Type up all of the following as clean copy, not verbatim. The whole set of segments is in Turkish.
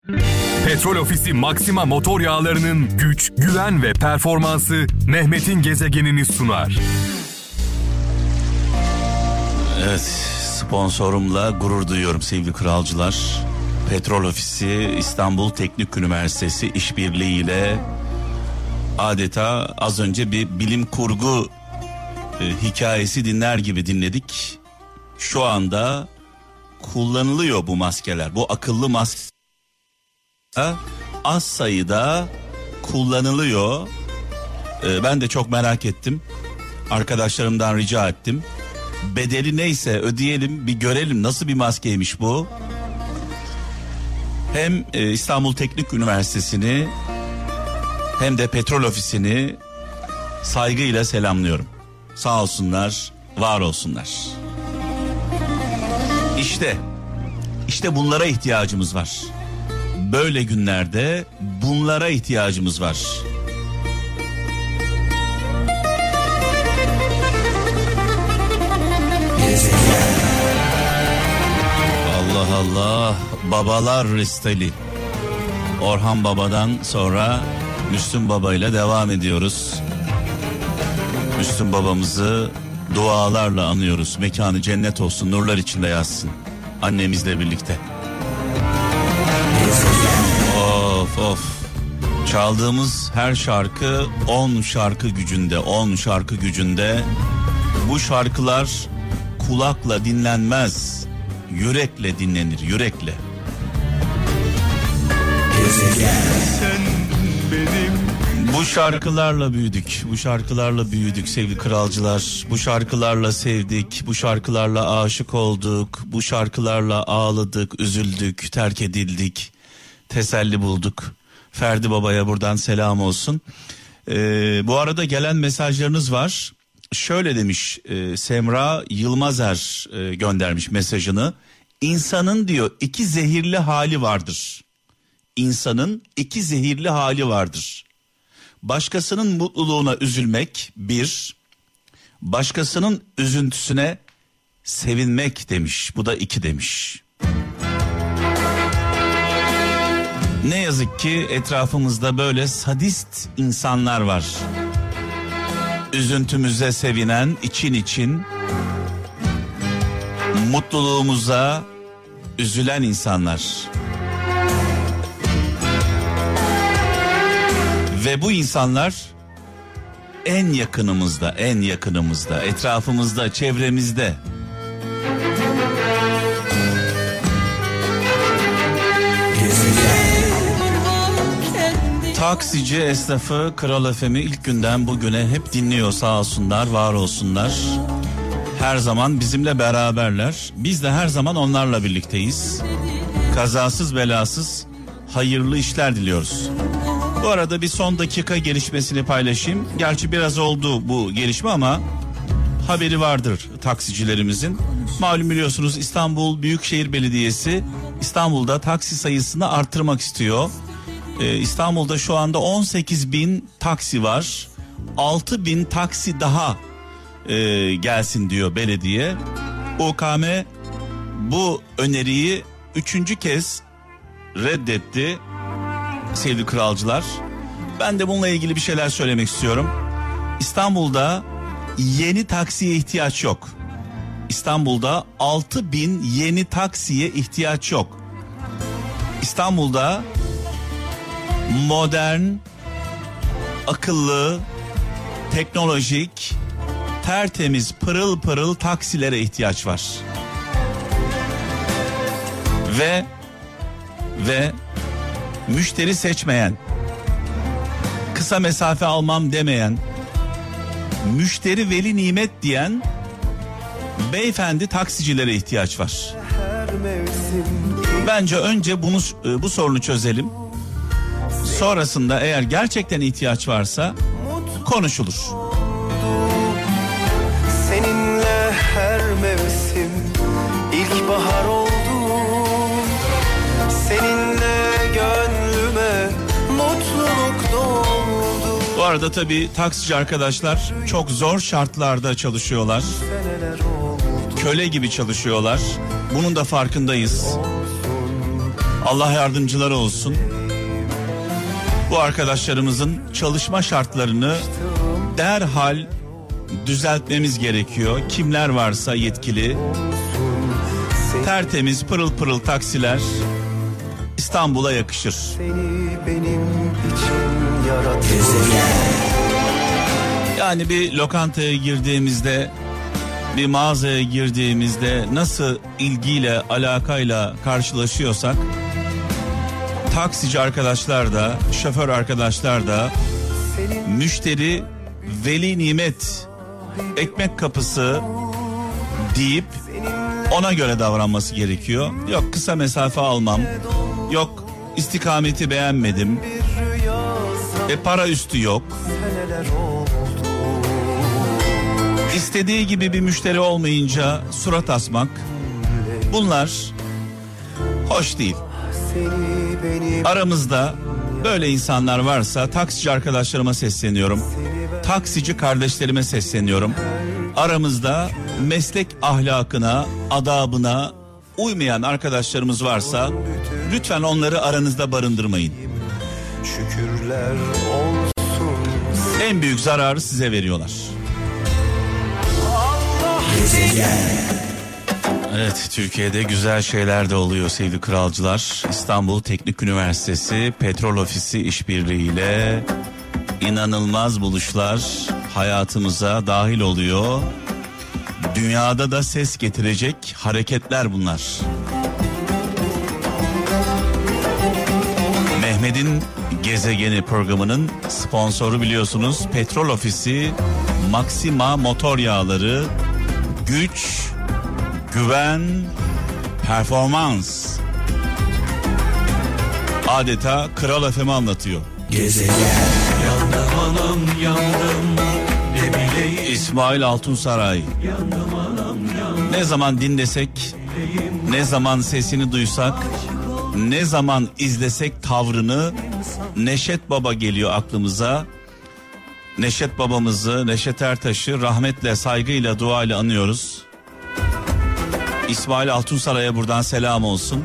Petrol Ofisi Maxima motor yağlarının güç, güven ve performansı Mehmet'in gezegenini sunar. Evet, sponsorumla gurur duyuyorum sevgili kralcılar. Petrol Ofisi İstanbul Teknik Üniversitesi işbirliğiyle adeta az önce bir bilim kurgu hikayesi dinler gibi dinledik. Şu anda kullanılıyor bu maskeler. Bu akıllı maske az sayıda kullanılıyor. Ben de çok merak ettim. Arkadaşlarımdan rica ettim. Bedeli neyse ödeyelim, bir görelim nasıl bir maskeymiş bu. Hem İstanbul Teknik Üniversitesi'ni hem de Petrol Ofisi'ni saygıyla selamlıyorum. Sağ olsunlar, var olsunlar. İşte bunlara ihtiyacımız var. Böyle günlerde bunlara ihtiyacımız var. Allah Allah, babalar restali. Orhan Baba'dan sonra Müslüm Baba ile devam ediyoruz. Müslüm babamızı dualarla anıyoruz. Mekanı cennet olsun, nurlar içinde yatsın. Annemizle birlikte. Of. Çaldığımız her şarkı 10 şarkı gücünde, 10 şarkı gücünde. Bu şarkılar kulakla dinlenmez, yürekle dinlenir, yürekle. Sen benim. Bu şarkılarla büyüdük sevgili kralcılar. Bu şarkılarla sevdik, bu şarkılarla aşık olduk, bu şarkılarla ağladık, üzüldük, terk edildik, teselli bulduk. Ferdi Baba'ya buradan selam olsun. Bu arada gelen mesajlarınız var. Şöyle demiş Semra Yılmazer göndermiş mesajını. İnsanın diyor 2 zehirli hali vardır. İnsanın 2 zehirli hali vardır. Başkasının mutluluğuna üzülmek 1, başkasının üzüntüsüne sevinmek demiş. Bu da 2 demiş. Ne yazık ki etrafımızda böyle sadist insanlar var. Üzüntümüze sevinen, için mutluluğumuza üzülen insanlar. Ve bu insanlar en yakınımızda, etrafımızda, çevremizde. Taksici esnafı Kral FM'i ilk günden bugüne hep dinliyor, sağ olsunlar, var olsunlar. Her zaman bizimle beraberler. Biz de her zaman onlarla birlikteyiz. Kazasız belasız hayırlı işler diliyoruz. Bu arada bir son dakika gelişmesini paylaşayım. Gerçi biraz oldu bu gelişme ama haberi vardır taksicilerimizin. Malum biliyorsunuz İstanbul Büyükşehir Belediyesi İstanbul'da taksi sayısını arttırmak istiyor. İstanbul'da şu anda 18.000 taksi var. 6.000 taksi daha gelsin diyor belediye. OKM bu öneriyi 3. kez reddetti sevgili kralcılar. Ben de bununla ilgili bir şeyler söylemek istiyorum. İstanbul'da yeni taksiye ihtiyaç yok. İstanbul'da 6.000 yeni taksiye ihtiyaç yok. İstanbul'da modern, akıllı, teknolojik, tertemiz, pırıl pırıl taksilere ihtiyaç var. Ve müşteri seçmeyen, kısa mesafe almam demeyen, müşteri veli nimet diyen beyefendi taksicilere ihtiyaç var. Bence önce bu sorunu çözelim. Sonrasında eğer gerçekten ihtiyaç varsa konuşulur. Seninle her mevsim ilkbahar oldu. Seninle gönlüme mutluluk doldu. Bu arada tabii taksici arkadaşlar çok zor şartlarda çalışıyorlar. Köle gibi çalışıyorlar. Bunun da farkındayız. Allah yardımcıları olsun. Bu arkadaşlarımızın çalışma şartlarını derhal düzeltmemiz gerekiyor. Kimler varsa yetkili, tertemiz pırıl pırıl taksiler İstanbul'a yakışır. Yani bir lokantaya girdiğimizde, bir mağazaya girdiğimizde nasıl ilgiyle, alakayla karşılaşıyorsak, taksici arkadaşlar da, şoför arkadaşlar da müşteri veli nimet, ekmek kapısı deyip ona göre davranması gerekiyor. Yok kısa mesafe almam, yok istikameti beğenmedim, para üstü yok. İstediği gibi bir müşteri olmayınca surat asmak, bunlar hoş değil. Aramızda böyle insanlar varsa taksici arkadaşlarıma sesleniyorum. Taksici kardeşlerime sesleniyorum. Aramızda meslek ahlakına, adabına uymayan arkadaşlarımız varsa lütfen onları aranızda barındırmayın. Şükürler olsun. En büyük zararı size veriyorlar. Evet, Türkiye'de güzel şeyler de oluyor sevgili kralcılar. İstanbul Teknik Üniversitesi Petrol Ofisi işbirliğiyle inanılmaz buluşlar hayatımıza dahil oluyor. Dünyada da ses getirecek hareketler bunlar. Mehmet'in Gezegeni programının sponsoru biliyorsunuz Petrol Ofisi, Maxima motor yağları, güç, güven, performans. Adeta Kral FM'i anlatıyor. Gezegen. Yandım anam yandım. İsmail Altunsaray. Yandım anam yandım. Ne zaman dinlesek, ne zaman sesini duysak, ne zaman izlesek tavrını, Neşet Baba geliyor aklımıza. Neşet babamızı, Neşet Ertaş'ı rahmetle, saygıyla, duayla anıyoruz. İsmail Altunsaray'a buradan selam olsun.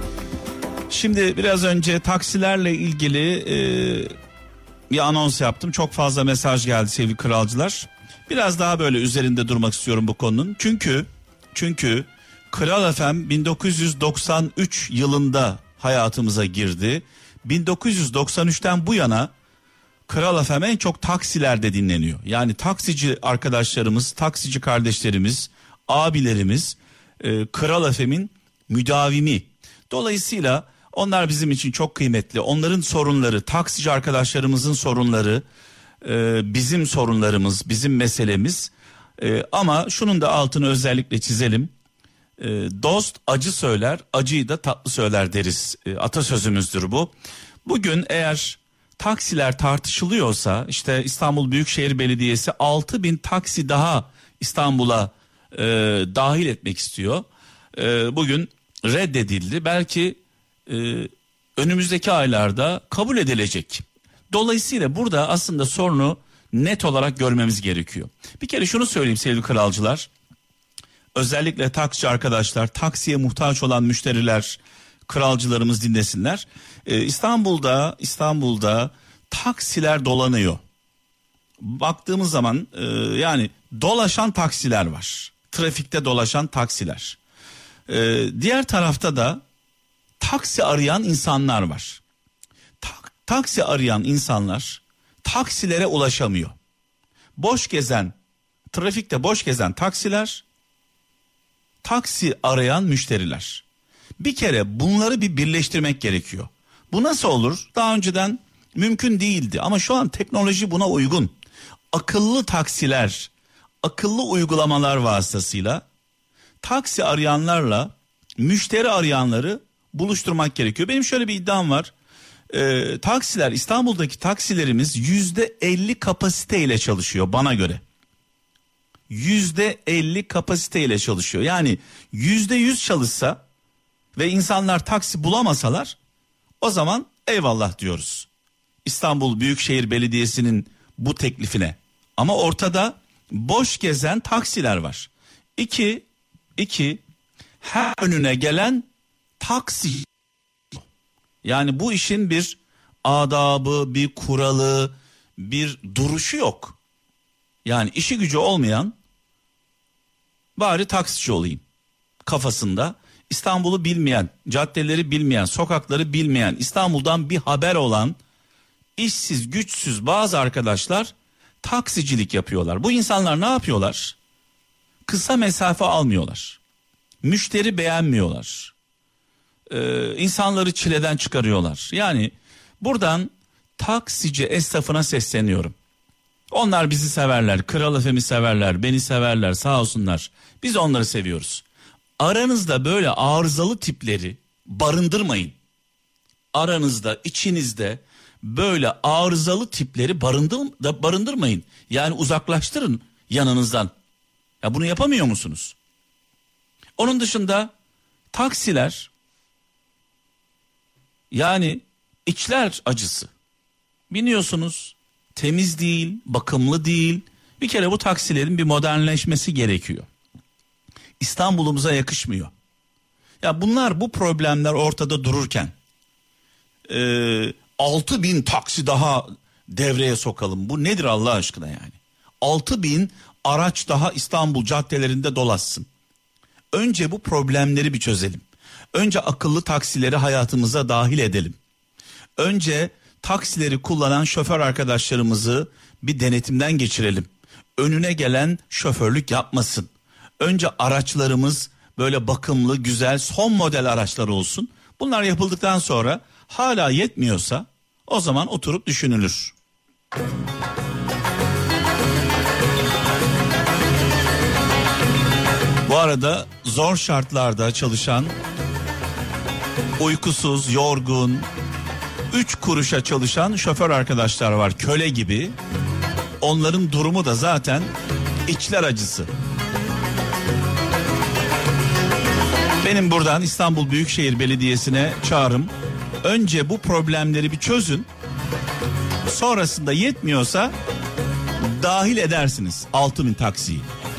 Şimdi biraz önce taksilerle ilgili bir anons yaptım. Çok fazla mesaj geldi sevgili kralcılar. Biraz daha böyle üzerinde durmak istiyorum bu konunun. Çünkü Kral FM 1993 yılında hayatımıza girdi. 1993'ten bu yana Kral FM en çok taksilerde dinleniyor. Yani taksici arkadaşlarımız, taksici kardeşlerimiz, abilerimiz Kral FM'in müdavimi. Dolayısıyla onlar bizim için çok kıymetli. Onların sorunları, taksici arkadaşlarımızın sorunları, bizim sorunlarımız, bizim meselemiz. Ama şunun da altını özellikle çizelim. Dost acı söyler, acıyı da tatlı söyler deriz. Atasözümüzdür bu. Bugün eğer taksiler tartışılıyorsa, işte İstanbul Büyükşehir Belediyesi 6.000 taksi daha İstanbul'a dahil etmek istiyor. Bugün reddedildi. Belki önümüzdeki aylarda kabul edilecek. Dolayısıyla burada aslında sorunu net olarak görmemiz gerekiyor. Bir kere şunu söyleyeyim sevgili kralcılar. Özellikle taksici arkadaşlar, taksiye muhtaç olan müşteriler, kralcılarımız dinlesinler. İstanbul'da taksiler dolanıyor. Baktığımız zaman yani dolaşan taksiler var. Trafikte dolaşan taksiler. Diğer tarafta da taksi arayan insanlar var. Taksi arayan insanlar taksilere ulaşamıyor. Trafikte boş gezen taksiler, taksi arayan müşteriler. Bir kere bunları birleştirmek gerekiyor. Bu nasıl olur? Daha önceden mümkün değildi ama şu an teknoloji buna uygun. Akıllı taksiler, akıllı uygulamalar vasıtasıyla taksi arayanlarla müşteri arayanları buluşturmak gerekiyor. Benim şöyle bir iddiam var. Taksiler, İstanbul'daki taksilerimiz %50 kapasiteyle çalışıyor bana göre. %50 kapasiteyle çalışıyor. Yani %100 çalışsa ve insanlar taksi bulamasalar, o zaman eyvallah diyoruz İstanbul Büyükşehir Belediyesi'nin bu teklifine. Ama ortada boş gezen taksiler var. İki, her önüne gelen taksi. Yani bu işin bir adabı, bir kuralı, bir duruşu yok. Yani işi gücü olmayan, bari taksici olayım kafasında, İstanbul'u bilmeyen, caddeleri bilmeyen, sokakları bilmeyen, İstanbul'dan bir haber olan işsiz güçsüz bazı arkadaşlar taksicilik yapıyorlar. Bu insanlar ne yapıyorlar? Kısa mesafe almıyorlar. Müşteri beğenmiyorlar. İnsanları çileden çıkarıyorlar. Yani buradan taksici esnafına sesleniyorum. Onlar bizi severler, Kral FM'i severler, beni severler, sağ olsunlar. Biz onları seviyoruz. Aranızda böyle arızalı tipleri barındırmayın. Aranızda, içinizde böyle arızalı tipleri barındırmayın. Yani uzaklaştırın yanınızdan. Ya bunu yapamıyor musunuz? Onun dışında taksiler, yani içler acısı. Biniyorsunuz, temiz değil, bakımlı değil. Bir kere bu taksilerin bir modernleşmesi gerekiyor. İstanbul'umuza yakışmıyor. Ya bunlar, bu problemler ortada dururken 6.000 taksi daha devreye sokalım. Bu nedir Allah aşkına yani? 6.000 araç daha İstanbul caddelerinde dolaşsın. Önce bu problemleri bir çözelim. Önce akıllı taksileri hayatımıza dahil edelim. Önce taksileri kullanan şoför arkadaşlarımızı bir denetimden geçirelim. Önüne gelen şoförlük yapmasın. Önce araçlarımız böyle bakımlı, güzel, son model araçlar olsun. Bunlar yapıldıktan sonra hala yetmiyorsa o zaman oturup düşünülür. Bu arada zor şartlarda çalışan, uykusuz, yorgun, 3 kuruşa çalışan şoför arkadaşlar var, köle gibi. Onların durumu da zaten içler acısı. Benim buradan İstanbul Büyükşehir Belediyesi'ne çağrım, önce bu problemleri bir çözün. Sonrasında yetmiyorsa dahil edersiniz 6.000 taksiyi.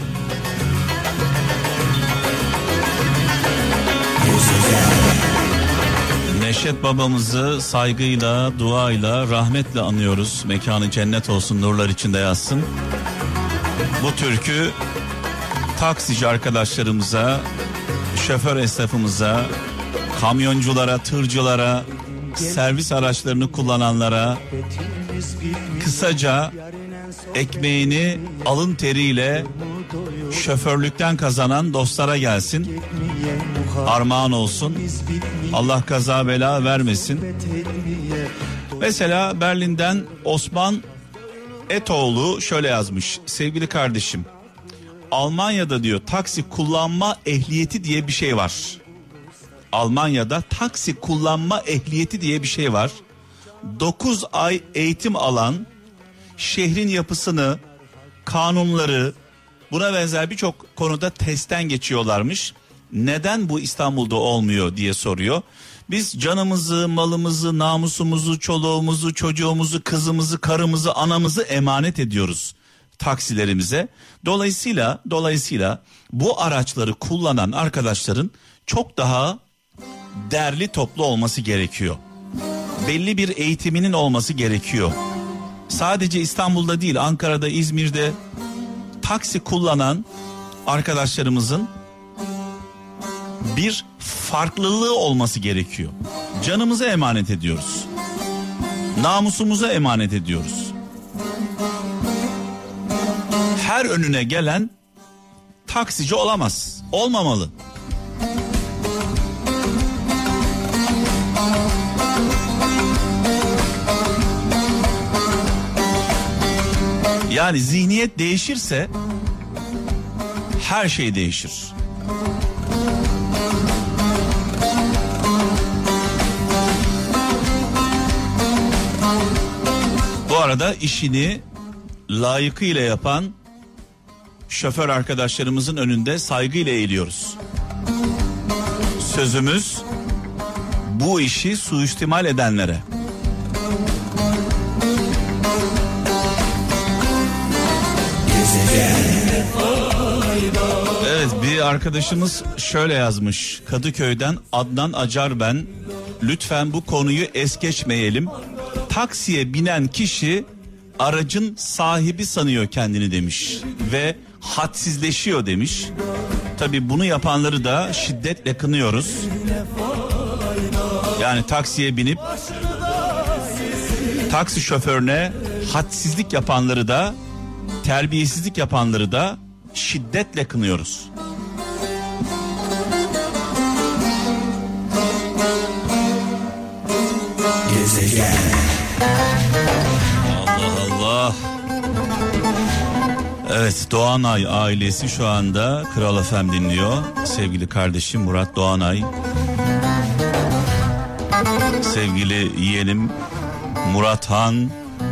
Neşet babamızı saygıyla, duayla, rahmetle anıyoruz. Mekanı cennet olsun, nurlar içinde yatsın. Bu türkü taksici arkadaşlarımıza, şoför esnafımıza, kamyonculara, tırcılara, servis araçlarını kullananlara, kısaca ekmeğini alın teriyle şoförlükten kazanan dostlara gelsin. Armağan olsun. Allah kaza bela vermesin. Mesela Berlin'den Osman Etoğlu şöyle yazmış. Sevgili kardeşim, Almanya'da diyor taksi kullanma ehliyeti diye bir şey var. Almanya'da taksi kullanma ehliyeti diye bir şey var. 9 ay eğitim alan, şehrin yapısını, kanunları, buna benzer birçok konuda testten geçiyorlarmış. Neden bu İstanbul'da olmuyor diye soruyor. Biz canımızı, malımızı, namusumuzu, çoluğumuzu, çocuğumuzu, kızımızı, karımızı, anamızı emanet ediyoruz taksilerimize. Dolayısıyla bu araçları kullanan arkadaşların çok daha derli toplu olması gerekiyor. Belli bir eğitiminin olması gerekiyor. Sadece İstanbul'da değil, Ankara'da, İzmir'de taksi kullanan arkadaşlarımızın bir farklılığı olması gerekiyor. Canımıza emanet ediyoruz. Namusumuza emanet ediyoruz. Her önüne gelen taksici olamaz. Olmamalı. Yani zihniyet değişirse her şey değişir. Bu arada işini layıkıyla yapan şoför arkadaşlarımızın önünde saygıyla eğiliyoruz. Sözümüz bu işi suistimal edenlere. Evet, bir arkadaşımız şöyle yazmış. Kadıköy'den Adnan Acar ben. lütfen bu konuyu es geçmeyelim. Taksiye binen kişi aracın sahibi sanıyor kendini demiş ve hadsizleşiyor demiş. Tabii bunu yapanları da şiddetle kınıyoruz. Yani taksiye binip taksi şoförüne hadsizlik yapanları da, terbiyesizlik yapanları da şiddetle kınıyoruz. Gezegen. Allah Allah. Evet, Doğanay ailesi şu anda Kral FM dinliyor. Sevgili kardeşim Murat Doğanay. Sevgili yeğenim Murat Han.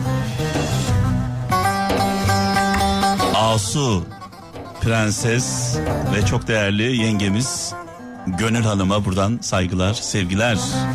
Asu Prenses ve çok değerli yengemiz Gönül Hanım'a buradan saygılar, sevgiler.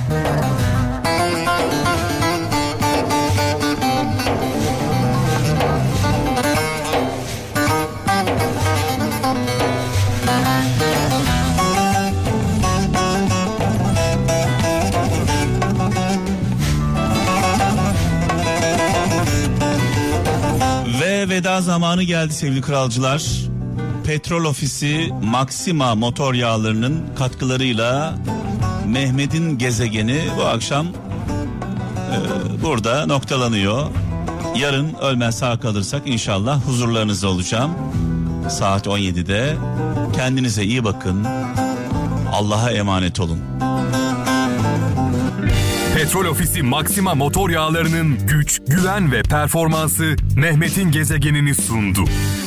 Veda zamanı geldi sevgili kralcılar. Petrol Ofisi Maxima motor yağlarının katkılarıyla Mehmet'in gezegeni bu akşam burada noktalanıyor. Yarın ölmez sağ kalırsak inşallah huzurlarınızda olacağım. Saat 17'de. Kendinize iyi bakın. Allah'a emanet olun. Petrol Ofisi Maxima motor yağlarının güç, güven ve performansı Mehmet'in gezegenini sundu.